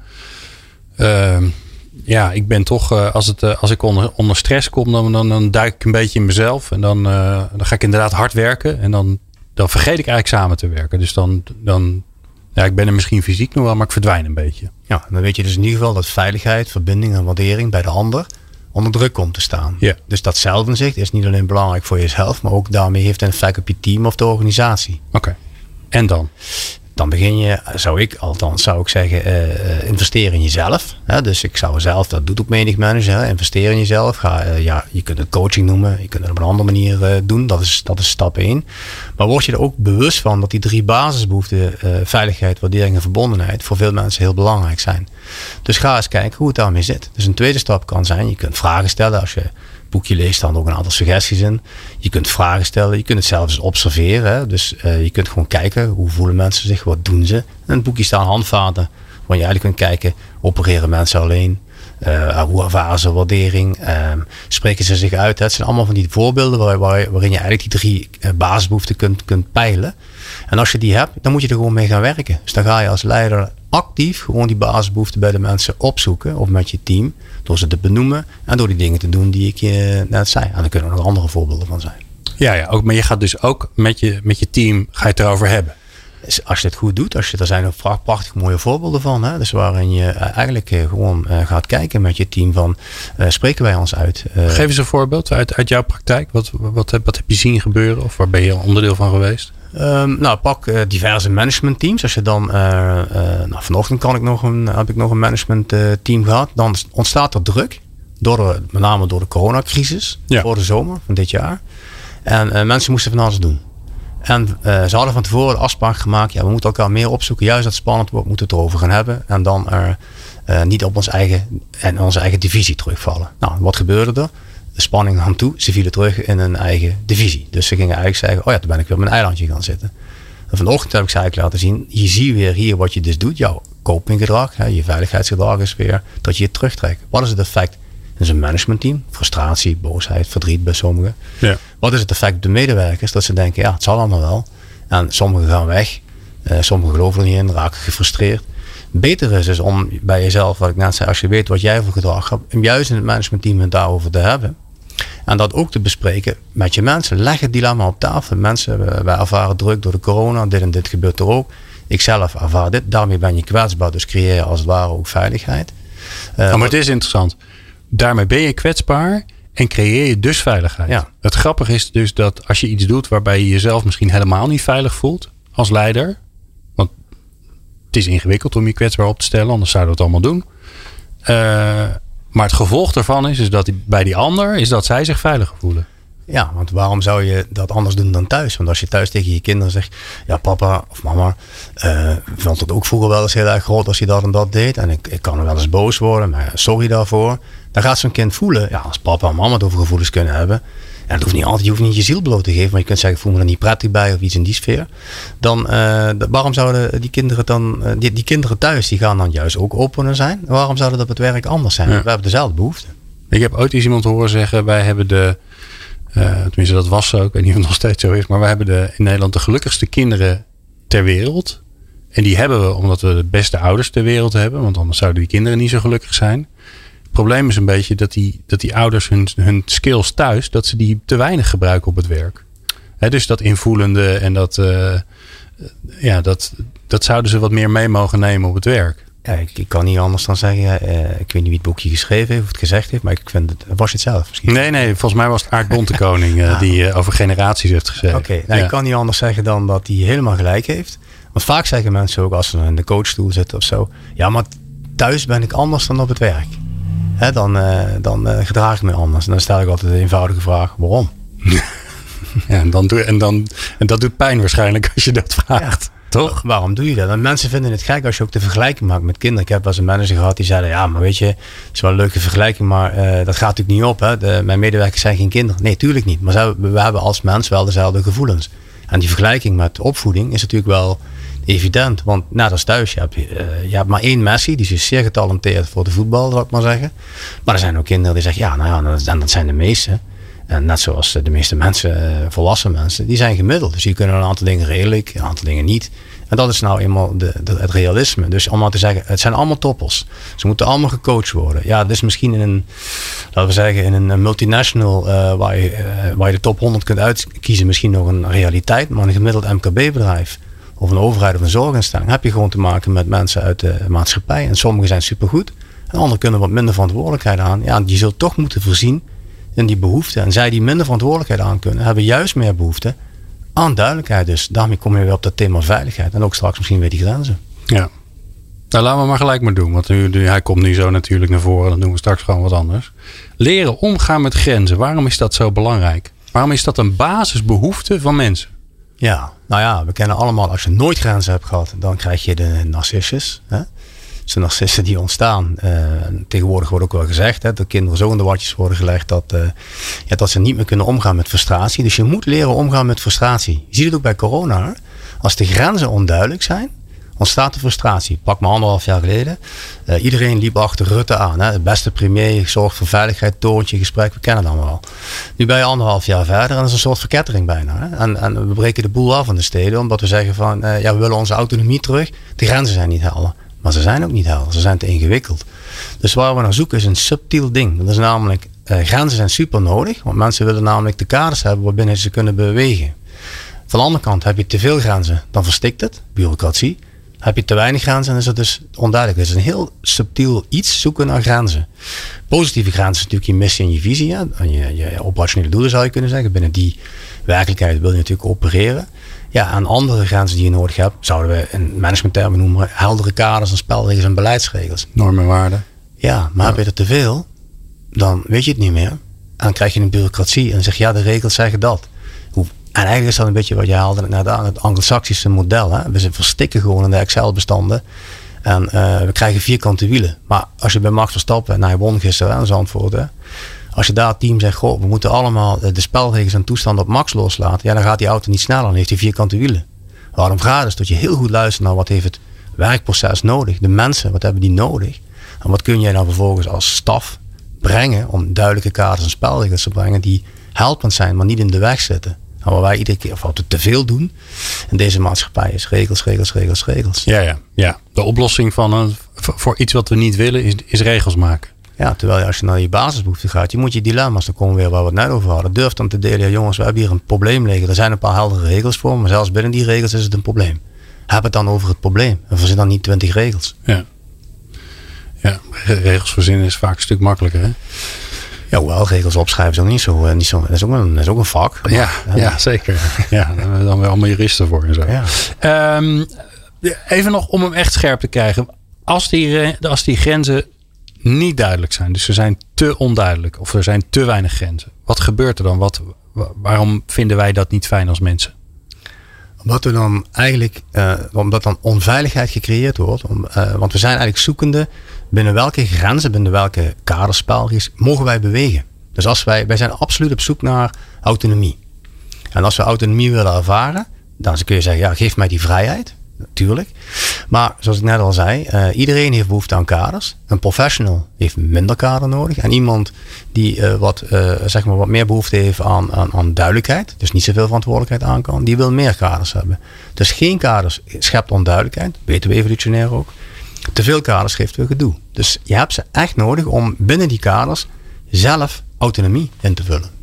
Uh, ja, ik ben toch, uh, als, het, uh, als ik onder, onder stress kom, dan, dan, dan duik ik een beetje in mezelf. En dan, uh, dan ga ik inderdaad hard werken. En dan, dan vergeet ik eigenlijk samen te werken. Dus dan, dan ja, ik ben er misschien fysiek nog wel, maar ik verdwijn een beetje. Ja, dan weet je dus in ieder geval dat veiligheid, verbinding en waardering bij de ander onder druk komt te staan. Ja. Dus dat zelfinzicht is niet alleen belangrijk voor jezelf, maar ook daarmee heeft een effect op je team of de organisatie. Oké. Okay. En dan? Dan begin je, zou ik althans zou ik zeggen, uh, investeren in jezelf. Hè? Dus ik zou zelf, dat doet ook menig manager, hè? Investeren in jezelf. Ga, uh, ja, je kunt het coaching noemen, je kunt het op een andere manier uh, doen. Dat is, dat is stap één. Maar word je er ook bewust van dat die drie basisbehoeften, uh, veiligheid, waardering en verbondenheid, voor veel mensen heel belangrijk zijn. Dus ga eens kijken hoe het daarmee zit. Dus een tweede stap kan zijn, je kunt vragen stellen als je boekje leest, dan ook een aantal suggesties in. Je kunt vragen stellen, je kunt het zelfs observeren. Hè? Dus uh, je kunt gewoon kijken, hoe voelen mensen zich, wat doen ze. In het boekje staan handvaten, waar je eigenlijk kunt kijken, opereren mensen alleen? Uh, hoe ervaren ze waardering? Uh, spreken ze zich uit? Het zijn allemaal van die voorbeelden waar, waar, waarin je eigenlijk die drie uh, basisbehoeften kunt, kunt peilen. En als je die hebt, dan moet je er gewoon mee gaan werken. Dus dan ga je als leider actief gewoon die basisbehoeften bij de mensen opzoeken, of met je team, door ze te benoemen en door die dingen te doen die ik je net zei. En daar kunnen er nog andere voorbeelden van zijn. Ja, ja, ook, maar je gaat dus ook met je, met je team ga je het erover hebben. Dus als je het goed doet, als je, er zijn er prachtig mooie voorbeelden van. Hè? Dus waarin je eigenlijk gewoon uh, gaat kijken met je team van, uh, spreken wij ons uit? Uh, Geef eens een voorbeeld uit, uit jouw praktijk. Wat, wat, heb, wat heb je zien gebeuren of waar ben je onderdeel van geweest? Um, nou, pak uh, diverse managementteams. Als je dan, uh, uh, nou, vanochtend kan ik nog een, heb ik nog een managementteam uh, gehad. Dan ontstaat er druk, door de, met name door de coronacrisis, ja. voor de zomer van dit jaar. En uh, mensen moesten van alles doen. En uh, ze hadden van tevoren de afspraak gemaakt, ja, we moeten elkaar meer opzoeken. Juist dat het spannend wordt, moeten we het erover gaan hebben. En dan uh, uh, niet op ons eigen, en onze eigen divisie terugvallen. Nou, wat gebeurde er? De spanning nam toe. Ze vielen terug in hun eigen divisie. Dus ze gingen eigenlijk zeggen, oh ja, toen ben ik weer op mijn eilandje gaan zitten. En vanochtend heb ik ze eigenlijk laten zien, je ziet weer hier wat je dus doet. Jouw copinggedrag, hè, je veiligheidsgedrag is weer dat je je terugtrekt. Wat is het effect? Dat is een managementteam. Frustratie, boosheid, verdriet bij sommigen. Ja. Wat is het effect op de medewerkers? Dat ze denken, ja, het zal allemaal wel. En sommigen gaan weg. Uh, sommigen geloven er niet in, raken gefrustreerd. Beter is dus om bij jezelf, wat ik net zei, als je weet wat jij voor gedrag hebt, om juist in het managementteam het daarover te hebben. En dat ook te bespreken met je mensen. Leg het dilemma op tafel. Mensen, wij ervaren druk door de corona. Dit en dit gebeurt er ook. Ik zelf ervaar dit. Daarmee ben je kwetsbaar. Dus creëer je als het ware ook veiligheid. Uh, oh, maar het is interessant. daarmee ben je kwetsbaar en creëer je dus veiligheid. Ja. Het grappige is dus dat als je iets doet waarbij je jezelf misschien helemaal niet veilig voelt als leider. Want het is ingewikkeld om je kwetsbaar op te stellen, anders zouden we het allemaal doen. Uh, maar het gevolg daarvan is, is dat die, bij die ander is dat zij zich veilig voelen. Ja, want waarom zou je dat anders doen dan thuis? Want als je thuis tegen je kinderen zegt, ja papa of mama, uh, vond het ook vroeger wel eens heel erg groot als je dat en dat deed. En ik, ik kan er wel eens boos worden, maar sorry daarvoor. Dan gaat zo'n kind voelen, ja, als papa en mama het over gevoelens kunnen hebben. En dat hoeft niet altijd, je hoeft niet je ziel bloot te geven, maar je kunt zeggen, ik voel me er niet prettig bij of iets in die sfeer. Dan, uh, waarom zouden die kinderen dan, uh, die, die kinderen thuis, die gaan dan juist ook opener zijn? Waarom zouden dat op het werk anders zijn? Ja. We hebben dezelfde behoeften. Ik heb ooit eens iemand horen zeggen, wij hebben de, uh, tenminste dat was zo, ik weet niet of het nog steeds zo is, maar wij hebben de, in Nederland de gelukkigste kinderen ter wereld. En die hebben we omdat we de beste ouders ter wereld hebben, want anders zouden die kinderen niet zo gelukkig zijn. Het probleem is een beetje dat die, dat die ouders hun, hun skills thuis, dat ze die te weinig gebruiken op het werk. He, dus dat invoelende en dat, uh, ja, dat, dat zouden ze wat meer mee mogen nemen op het werk. Ja, ik, ik kan niet anders dan zeggen, uh, ik weet niet wie het boekje geschreven heeft of het gezegd heeft, maar ik vind het, was je het zelf misschien? Nee, nee, volgens mij was het Aart Bontekoning uh, ah. die uh, over generaties heeft gezegd. Oké, okay, nou, ja. Ik kan niet anders zeggen dan dat hij helemaal gelijk heeft. Want vaak zeggen mensen ook als ze in de coachstoel zitten of zo, ja, maar thuis ben ik anders dan op het werk. He, dan uh, dan uh, gedraag ik me anders. En dan stel ik altijd de eenvoudige vraag, waarom? Ja, en, dan doe, en, dan, en dat doet pijn waarschijnlijk als je dat vraagt. Ja. Toch? Waarom doe je dat? En mensen vinden het gek als je ook de vergelijking maakt met kinderen. Ik heb wel eens een manager gehad die zei, ja, maar weet je, het is wel een leuke vergelijking, maar uh, dat gaat natuurlijk niet op. Hè? De, mijn medewerkers zijn geen kinderen. Nee, tuurlijk niet. Maar ze, we hebben als mens wel dezelfde gevoelens. En die vergelijking met opvoeding is natuurlijk wel evident. Want net als thuis, je hebt, uh, je hebt maar één Messi, die is zeer getalenteerd voor de voetbal, zal ik maar zeggen. Maar er zijn ook kinderen die zeggen, ja, nou ja, dat, dat zijn de meeste. En net zoals de meeste mensen, volwassen mensen, die zijn gemiddeld. Dus die kunnen een aantal dingen redelijk, een aantal dingen niet. En dat is nou eenmaal de, de, het realisme. Dus om maar te zeggen, het zijn allemaal toppers. Ze moeten allemaal gecoacht worden. Ja, het is misschien in een, laten we zeggen, in een multinational uh, waar, je, uh, waar je de top honderd kunt uitkiezen, misschien nog een realiteit. Maar een gemiddeld M K B-bedrijf of een overheid of een zorginstelling heb je gewoon te maken met mensen uit de maatschappij. En sommigen zijn supergoed. En anderen kunnen wat minder verantwoordelijkheid aan. Ja, je zult toch moeten voorzien in die behoeften. En zij die minder verantwoordelijkheid aan kunnen, hebben juist meer behoefte aan duidelijkheid. Dus daarmee kom je weer op dat thema veiligheid. En ook straks misschien weer die grenzen. Ja. Nou, laten we maar gelijk maar doen. Want nu, nu, hij komt nu zo natuurlijk naar voren. Dan doen we straks gewoon wat anders. Leren omgaan met grenzen. Waarom is dat zo belangrijk? Waarom is dat een basisbehoefte van mensen? Ja, nou ja, we kennen allemaal, als je nooit grenzen hebt gehad, dan krijg je de narcissus. Hè? Dus de narcissen die ontstaan. Uh, tegenwoordig wordt ook wel gezegd, hè, dat kinderen zo in de watjes worden gelegd dat, uh, ja, dat ze niet meer kunnen omgaan met frustratie. Dus je moet leren omgaan met frustratie. Je ziet het ook bij corona. Hè? Als de grenzen onduidelijk zijn, ontstaat de frustratie. Pak maar anderhalf jaar geleden. Uh, iedereen liep achter Rutte aan. Hè? De beste premier, zorgt voor veiligheid, toontje, gesprek. We kennen het allemaal wel. Nu ben je anderhalf jaar verder en dat is een soort verkettering bijna. Hè? En, en we breken de boel af in de steden. Omdat we zeggen van, uh, ja, we willen onze autonomie terug. De grenzen zijn niet helder. Maar ze zijn ook niet helder. Ze zijn te ingewikkeld. Dus waar we naar zoeken is een subtiel ding. Dat is namelijk, uh, grenzen zijn super nodig. Want mensen willen namelijk de kaders hebben waarbinnen ze kunnen bewegen. Van de andere kant heb je te veel grenzen. Dan verstikt het. Bureaucratie. Heb je te weinig grenzen, dan is het dus onduidelijk. Het is een heel subtiel iets zoeken naar grenzen. Positieve grenzen is natuurlijk je missie en je visie. Ja? En je, je operationele doelen zou je kunnen zeggen. Binnen die werkelijkheid wil je natuurlijk opereren. Ja, en andere grenzen die je nodig hebt, zouden we in managementtermen noemen heldere kaders en spelregels en beleidsregels. Normen en waarden. Ja, maar ja. Heb je er te veel, dan weet je het niet meer. En dan krijg je een bureaucratie en dan zeg je, ja, de regels zeggen dat. Hoe, en eigenlijk is dat een beetje wat je haalde naar het, het Anglo-Saxische model. Hè? We verstikken gewoon in de Excel-bestanden. En uh, we krijgen vierkante wielen. Maar als je bij Max Verstappen, nou hij won gisteren aan Zandvoort, hè? Als je daar het team zegt, goh, we moeten allemaal de spelregels en toestanden op max loslaten. Ja, dan gaat die auto niet sneller, dan heeft hij vierkante wielen. Waarom gaat het? Dat je heel goed luistert naar wat heeft het werkproces nodig. De mensen, wat hebben die nodig? En wat kun jij dan vervolgens als staf brengen om duidelijke kaders en spelregels te brengen die helpend zijn, maar niet in de weg zitten. En waar wij iedere keer, of wat we te veel doen in deze maatschappij is regels, regels, regels, regels. Ja, ja, ja. De oplossing van een, voor iets wat we niet willen is, is regels maken. Ja, terwijl als je naar je basisbehoeften gaat, je moet je dilemma's, dan komen we weer waar we het net over hadden. Durf dan te delen, ja jongens, we hebben hier een probleem liggen. Er zijn een paar heldere regels voor, maar zelfs binnen die regels is het een probleem. Heb het dan over het probleem en verzin dan niet twintig regels. Ja. Ja, regels verzinnen is vaak een stuk makkelijker, hè? Ja, hoewel, regels opschrijven is ook niet zo. Uh, niet zo dat, is ook een, dat is ook een vak. Maar, ja, uh, ja, zeker. Ja, daar hebben we dan weer allemaal juristen voor en zo. Ja. Um, even nog om hem echt scherp te krijgen. Als die, als die grenzen niet duidelijk zijn, dus ze zijn te onduidelijk of er zijn te weinig grenzen. Wat gebeurt er dan? Wat, waarom vinden wij dat niet fijn als mensen? Omdat er dan eigenlijk, uh, omdat dan onveiligheid gecreëerd wordt. Om, uh, want we zijn eigenlijk zoekende binnen welke grenzen, binnen welke kaderspelregels mogen wij bewegen. Dus als wij, wij zijn absoluut op zoek naar autonomie. En als we autonomie willen ervaren, dan kun je zeggen, ja, geef mij die vrijheid. Natuurlijk. Maar zoals ik net al zei, uh, iedereen heeft behoefte aan kaders. Een professional heeft minder kader nodig. En iemand die uh, wat, uh, zeg maar wat meer behoefte heeft aan, aan, aan duidelijkheid, dus niet zoveel verantwoordelijkheid aan kan, die wil meer kaders hebben. Dus geen kaders schept onduidelijkheid, weten we evolutionair ook. Te veel kaders geeft weer gedoe. Dus je hebt ze echt nodig om binnen die kaders zelf autonomie in te vullen.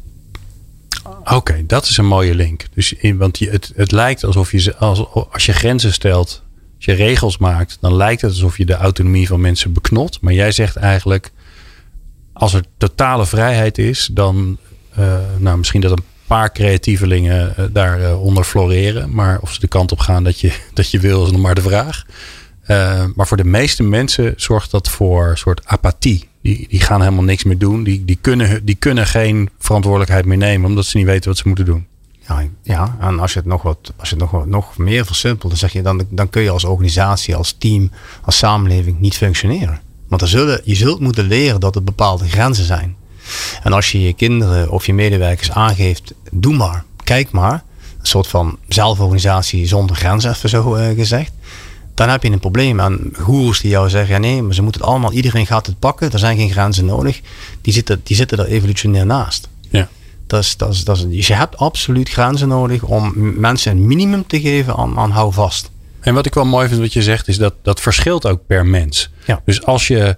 Oké, okay, dat is een mooie link. Dus in, want je, het, het lijkt alsof je als, als je grenzen stelt, als je regels maakt, dan lijkt het alsof je de autonomie van mensen beknot. Maar jij zegt eigenlijk, als er totale vrijheid is, dan uh, nou misschien dat een paar creatievelingen uh, daaronder uh, floreren. Maar of ze de kant op gaan dat je, dat je wil, is nog maar de vraag. Uh, maar voor de meeste mensen zorgt dat voor een soort apathie. Die, die gaan helemaal niks meer doen. Die, die, kunnen, die kunnen geen verantwoordelijkheid meer nemen, omdat ze niet weten wat ze moeten doen. Ja, ja, en als je het nog wat, als je het nog, wat, nog meer versimpelt, dan zeg je dan, dan kun je als organisatie, als team, als samenleving niet functioneren. Want er zullen, je zult moeten leren dat er bepaalde grenzen zijn. En als je je kinderen of je medewerkers aangeeft, doe maar, kijk maar, een soort van zelforganisatie zonder grenzen, even zo uh, gezegd. Dan heb je een probleem. En goeroes die jou zeggen, ja nee, maar ze moeten het allemaal, iedereen gaat het pakken, er zijn geen grenzen nodig. Die zitten, die zitten er evolutionair naast. Ja. Dat is, dat is, dat is, dus je hebt absoluut grenzen nodig om mensen een minimum te geven aan, aan houvast. En wat ik wel mooi vind wat je zegt, is dat dat verschilt ook per mens. Ja. Dus als je,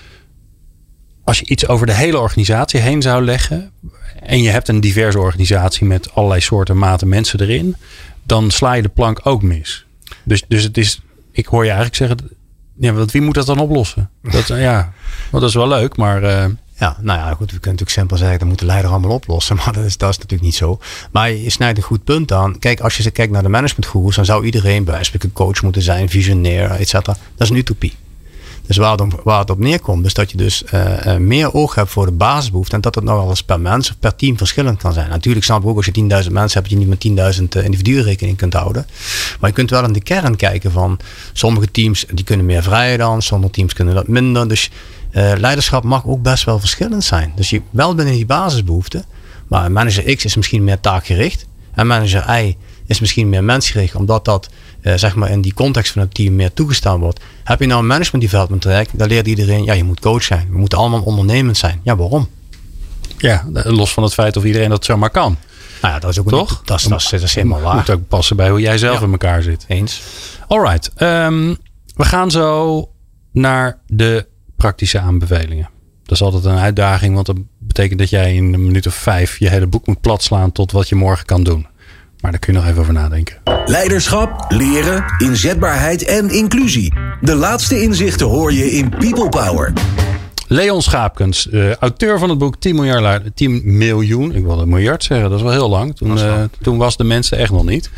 als je iets over de hele organisatie heen zou leggen, en je hebt een diverse organisatie met allerlei soorten maten mensen erin, dan sla je de plank ook mis. Dus, dus het is, ik hoor je eigenlijk zeggen, ja, want wie moet dat dan oplossen? Dat, ja, dat is wel leuk, maar... Uh... Ja, nou ja, goed, we kunnen natuurlijk simpel zeggen, dat moet de leider allemaal oplossen, maar dat is, dat is natuurlijk niet zo. Maar je snijdt een goed punt aan. Kijk, als je kijkt naar de managementgoeroes, dan zou iedereen bij wijze van een coach moeten zijn, visionair, et cetera. Dat is een utopie. Dus waar het, op, waar het op neerkomt, is dat je dus uh, uh, meer oog hebt voor de basisbehoefte en dat het nogal eens per mens of per team verschillend kan zijn. Natuurlijk snap ik ook, als je tienduizend mensen hebt, dat je niet met tienduizend uh, individuen rekening kunt houden. Maar je kunt wel in de kern kijken van sommige teams die kunnen meer vrijheid aan, sommige teams kunnen dat minder. Dus uh, leiderschap mag ook best wel verschillend zijn. Dus je wel binnen die basisbehoeften, maar manager X is misschien meer taakgericht en manager Y is misschien meer mensgericht, omdat dat uh, zeg maar in die context van het team meer toegestaan wordt. Heb je nou een management development traject, dan leert iedereen, ja, je moet coach zijn. We moeten allemaal ondernemend zijn. Ja, waarom? Ja, los van het feit of iedereen dat zomaar kan. Nou ja, dat is ook toch? Een, dat, is, dat, is, dat is helemaal waar. Moet ook passen bij hoe jij zelf ja. in elkaar zit. Eens. Alright. Um, we gaan zo naar de praktische aanbevelingen. Dat is altijd een uitdaging, want dat betekent dat jij in een minuut of vijf je hele boek moet platslaan tot wat je morgen kan doen. Maar daar kun je nog even over nadenken. Leiderschap, leren, inzetbaarheid en inclusie. De laatste inzichten hoor je in People Power. Leon Schaapkens, uh, auteur van het boek tien miljard, tien miljoen. Ik wilde miljard zeggen, dat is wel heel lang. Toen, was, uh, toen was de mensen echt nog niet.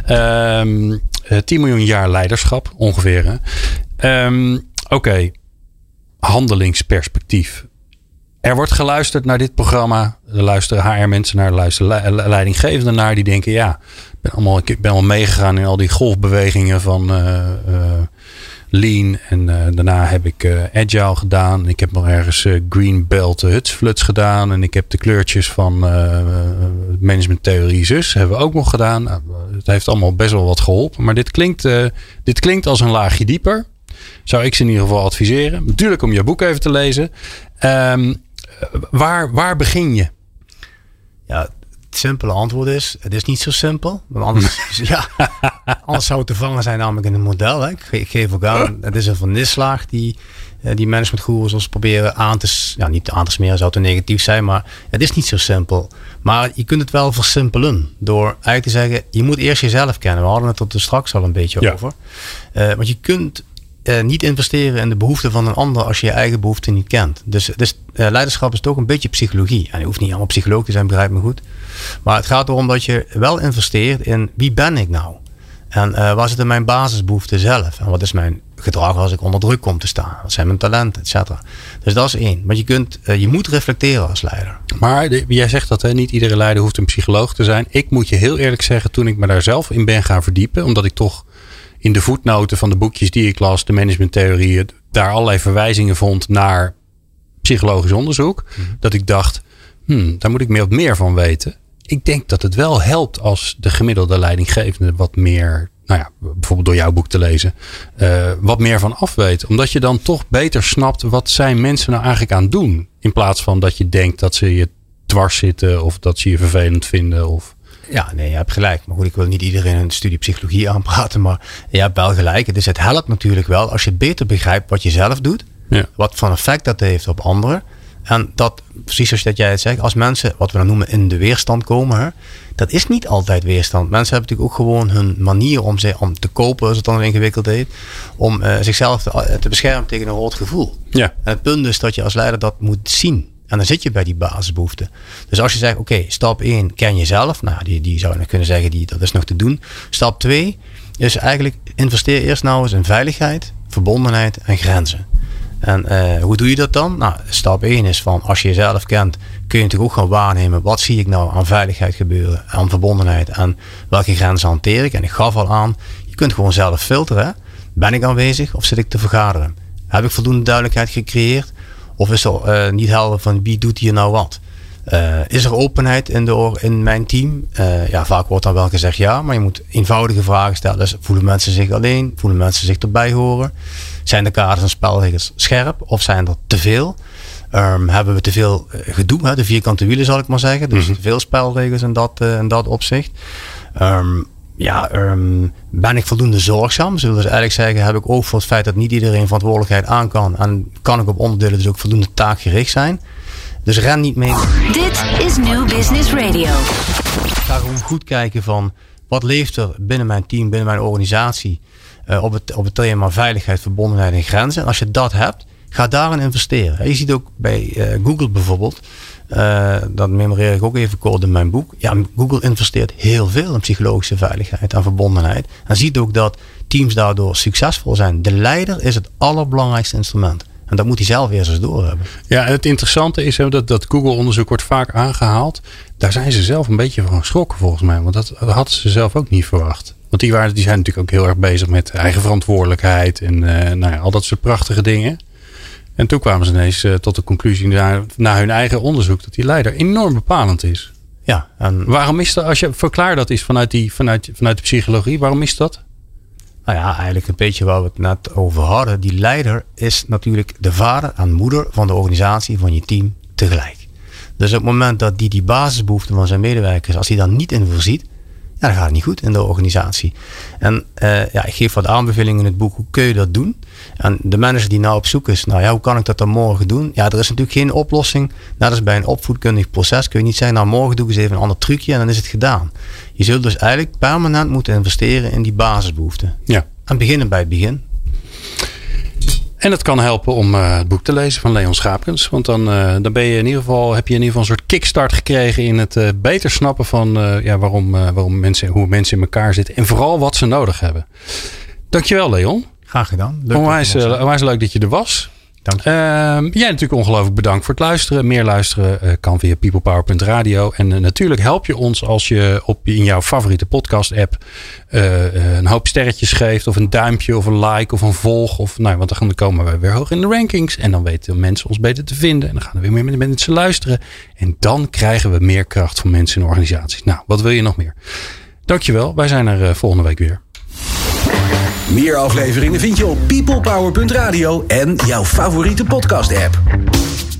Um, uh, tien miljoen jaar leiderschap, ongeveer. Um, Oké, okay. Handelingsperspectief. Er wordt geluisterd naar dit programma. Er luisteren H R-mensen naar, er luisteren le- leidinggevenden naar. Die denken, ja, ik ben allemaal, ik ben al meegegaan in al die golfbewegingen van uh, uh, Lean. En uh, daarna heb ik uh, Agile gedaan. Ik heb nog ergens uh, Green Belt Hutsfluts gedaan. En ik heb de kleurtjes van uh, managementtheorie zus hebben we ook nog gedaan. Nou, het heeft allemaal best wel wat geholpen. Maar dit klinkt, uh, dit klinkt als een laagje dieper. Zou ik ze in ieder geval adviseren. Natuurlijk om je boek even te lezen. Um, waar, waar begin je? Ja, het simpele antwoord is, het is niet zo simpel. Want anders, ja, anders zou het te vangen zijn namelijk in een model. Hè. Ik, ik geef ook aan, het is een vernislaag die, die managementgoeroes ons proberen aan te, ja, niet aan te smeren, zou te negatief zijn. Maar het is niet zo simpel. Maar je kunt het wel versimpelen. Door eigenlijk te zeggen, je moet eerst jezelf kennen. We hadden het er straks al een beetje ja. over. Uh, want je kunt uh, niet investeren in de behoeften van een ander als je je eigen behoeften niet kent. Dus, dus uh, leiderschap is toch een beetje psychologie. En je hoeft niet allemaal psycholoog te zijn, begrijp me goed. Maar het gaat erom dat je wel investeert in wie ben ik nou? En uh, waar zitten mijn basisbehoeften zelf? En wat is mijn gedrag als ik onder druk kom te staan? Wat zijn mijn talenten, et cetera. Dus dat is één. Want je, kunt, uh, je moet reflecteren als leider. Maar de, jij zegt dat, hè? Niet iedere leider hoeft een psycholoog te zijn. Ik moet je heel eerlijk zeggen, toen ik me daar zelf in ben gaan verdiepen, omdat ik toch in de voetnoten van de boekjes die ik las, de managementtheorieën, daar allerlei verwijzingen vond naar psychologisch onderzoek. Mm-hmm. Dat ik dacht, hmm, daar moet ik meer wat meer van weten. Ik denk dat het wel helpt als de gemiddelde leidinggevende wat meer, nou ja, bijvoorbeeld door jouw boek te lezen, uh, wat meer van af weet. Omdat je dan toch beter snapt, wat zijn mensen nou eigenlijk aan het doen? In plaats van dat je denkt dat ze je dwars zitten of dat ze je vervelend vinden. Of... Ja, nee, je hebt gelijk. Maar goed, ik wil niet iedereen een studie psychologie aanpraten, maar je hebt wel gelijk. Dus het helpt natuurlijk wel als je beter begrijpt wat je zelf doet. Ja. Wat voor effect dat heeft op anderen. En dat, precies zoals dat jij het zegt, als mensen, wat we dan noemen, in de weerstand komen, hè, dat is niet altijd weerstand. Mensen hebben natuurlijk ook gewoon hun manier om, ze, om te kopen, als het dan ingewikkeld heet, om uh, zichzelf te, te beschermen tegen een rood gevoel. Ja. En het punt is dat je als leider dat moet zien. En dan zit je bij die basisbehoeften. Dus als je zegt, oké, okay, stap één, ken jezelf. Nou, die, die zou je nog kunnen zeggen, die, dat is nog te doen. Stap twee is eigenlijk, investeer eerst nou eens in veiligheid, verbondenheid en grenzen. En uh, hoe doe je dat dan? Nou, stap één is van, als je jezelf kent, kun je natuurlijk ook gaan waarnemen, wat zie ik nou aan veiligheid gebeuren, aan verbondenheid en welke grenzen hanteer ik? En ik gaf al aan, je kunt gewoon zelf filteren. Hè? Ben ik aanwezig of zit ik te vergaderen? Heb ik voldoende duidelijkheid gecreëerd? Of is er uh, niet helder van wie doet hier nou wat? Uh, is er openheid in, de, in mijn team? Uh, ja, vaak wordt dan wel gezegd ja, maar je moet eenvoudige vragen stellen. Dus voelen mensen zich alleen? Voelen mensen zich erbij horen? Zijn de kaders en spelregels scherp of zijn er te veel? Um, hebben we te veel gedoe? Hè? De vierkante wielen zal ik maar zeggen. Dus mm-hmm. te veel spelregels in dat, uh, in dat opzicht. Um, ja, um, ben ik voldoende zorgzaam? Zullen we dus eigenlijk zeggen, heb ik ook voor het feit dat niet iedereen verantwoordelijkheid aan kan. En kan ik op onderdelen dus ook voldoende taakgericht zijn. Dus ren niet mee. Dit is New Business Radio. Ik ga gewoon goed kijken van wat leeft er binnen mijn team, binnen mijn organisatie. Uh, op, het, op het thema veiligheid, verbondenheid en grenzen. En als je dat hebt, ga daarin investeren. Je ziet ook bij uh, Google bijvoorbeeld. Uh, dat memoreer ik ook even kort in mijn boek. Ja, Google investeert heel veel in psychologische veiligheid en verbondenheid. En ziet ook dat teams daardoor succesvol zijn. De leider is het allerbelangrijkste instrument. En dat moet hij zelf eerst eens doorhebben. Ja, en het interessante is dat, dat Google-onderzoek wordt vaak aangehaald. Daar zijn ze zelf een beetje van geschrokken volgens mij. Want dat hadden ze zelf ook niet verwacht. Want die, waren, die zijn natuurlijk ook heel erg bezig met eigen verantwoordelijkheid. En uh, nou ja, al dat soort prachtige dingen. En toen kwamen ze ineens uh, tot de conclusie na, na hun eigen onderzoek dat die leider enorm bepalend is. Ja. En waarom is dat, als je verklaar dat is vanuit, die, vanuit, vanuit de psychologie, waarom is dat? Nou ja, eigenlijk een beetje waar we het net over hadden. Die leider is natuurlijk de vader en moeder van de organisatie, van je team tegelijk. Dus op het moment dat die die basisbehoeften van zijn medewerkers, als hij daar niet in voorziet, ja, dan gaat het niet goed in de organisatie. En uh, ja, ik geef wat aanbevelingen in het boek. Hoe kun je dat doen? En de manager die nou op zoek is, nou ja, hoe kan ik dat dan morgen doen? Ja, er is natuurlijk geen oplossing. Net als bij een opvoedkundig proces kun je niet zeggen, nou morgen doe ik eens even een ander trucje en dan is het gedaan. Je zult dus eigenlijk permanent moeten investeren in die basisbehoeften. Ja. En beginnen bij het begin. En het kan helpen om uh, het boek te lezen van Leon Schaapkens. Want dan, uh, dan ben je in ieder geval, heb je in ieder geval een soort kickstart gekregen in het uh, beter snappen van uh, ja, waarom, uh, waarom mensen, hoe mensen in elkaar zitten. En vooral wat ze nodig hebben. Dankjewel, Leon. Graag gedaan. Leuk onwijs, uh, onwijs leuk dat je er was. Dank je. Uh, jij natuurlijk ongelooflijk bedankt voor het luisteren. Meer luisteren uh, kan via peoplepower punt radio. En uh, natuurlijk help je ons als je op, in jouw favoriete podcast app uh, uh, een hoop sterretjes geeft. Of een duimpje of een like of een volg. Of, nou, want dan komen we weer hoog in de rankings. En dan weten mensen ons beter te vinden. En dan gaan we weer meer mensen luisteren. En dan krijgen we meer kracht van mensen in organisaties. Nou, wat wil je nog meer? Dankjewel. Wij zijn er uh, volgende week weer. Meer afleveringen vind je op peoplepower punt radio en jouw favoriete podcast app.